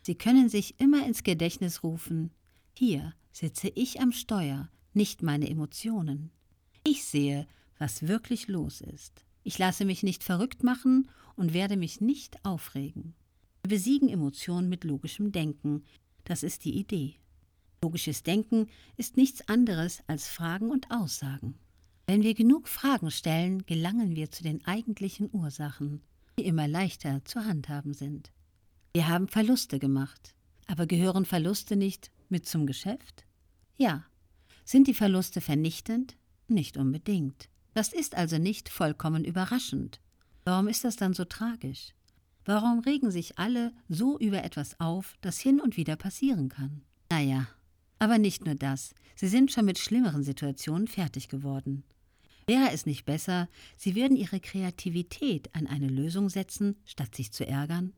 Sie können sich immer ins Gedächtnis rufen: Hier sitze ich am Steuer, nicht meine Emotionen. Ich sehe, was wirklich los ist. Ich lasse mich nicht verrückt machen und werde mich nicht aufregen. Wir besiegen Emotionen mit logischem Denken. Das ist die Idee. Logisches Denken ist nichts anderes als Fragen und Aussagen. Wenn wir genug Fragen stellen, gelangen wir zu den eigentlichen Ursachen, die immer leichter zu handhaben sind. Wir haben Verluste gemacht. Aber gehören Verluste nicht mit zum Geschäft? Ja. Sind die Verluste vernichtend? Nicht unbedingt. Das ist also nicht vollkommen überraschend. Warum ist das dann so tragisch? Warum regen sich alle so über etwas auf, das hin und wieder passieren kann? Naja, aber nicht nur das. Sie sind schon mit schlimmeren Situationen fertig geworden. Wäre es nicht besser, Sie würden Ihre Kreativität an eine Lösung setzen, statt sich zu ärgern?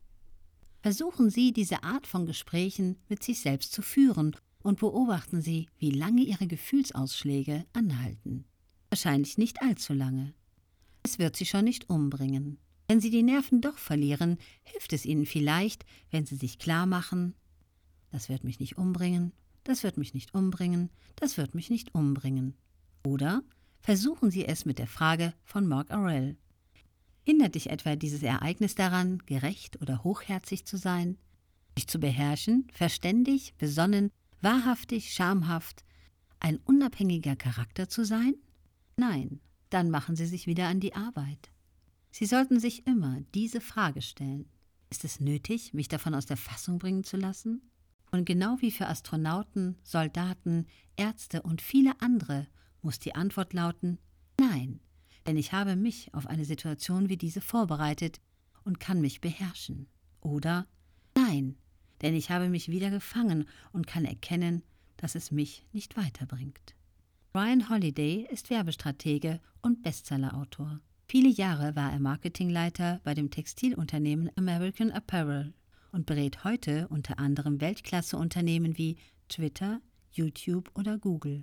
Versuchen Sie, diese Art von Gesprächen mit sich selbst zu führen und beobachten Sie, wie lange Ihre Gefühlsausschläge anhalten. Wahrscheinlich nicht allzu lange. Es wird Sie schon nicht umbringen. Wenn Sie die Nerven doch verlieren, hilft es Ihnen vielleicht, wenn Sie sich klar machen: Das wird mich nicht umbringen, das wird mich nicht umbringen, das wird mich nicht umbringen. Oder versuchen Sie es mit der Frage von Mark Aurel: Hindert dich etwa dieses Ereignis daran, gerecht oder hochherzig zu sein, dich zu beherrschen, verständig, besonnen, wahrhaftig, schamhaft, ein unabhängiger Charakter zu sein? Nein, dann machen Sie sich wieder an die Arbeit. Sie sollten sich immer diese Frage stellen: Ist es nötig, mich davon aus der Fassung bringen zu lassen? Und genau wie für Astronauten, Soldaten, Ärzte und viele andere muss die Antwort lauten: Nein, denn ich habe mich auf eine Situation wie diese vorbereitet und kann mich beherrschen. Oder: Nein, denn ich habe mich wieder gefangen und kann erkennen, dass es mich nicht weiterbringt. Ryan Holiday ist Werbestratege und Bestsellerautor. Viele Jahre war er Marketingleiter bei dem Textilunternehmen American Apparel und berät heute unter anderem Weltklasse-Unternehmen wie Twitter, YouTube oder Google.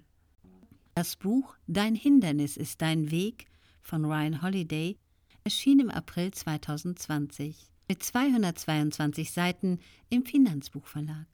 Das Buch Dein Hindernis ist dein Weg von Ryan Holiday erschien im April 2020 mit 222 Seiten im Finanzbuchverlag.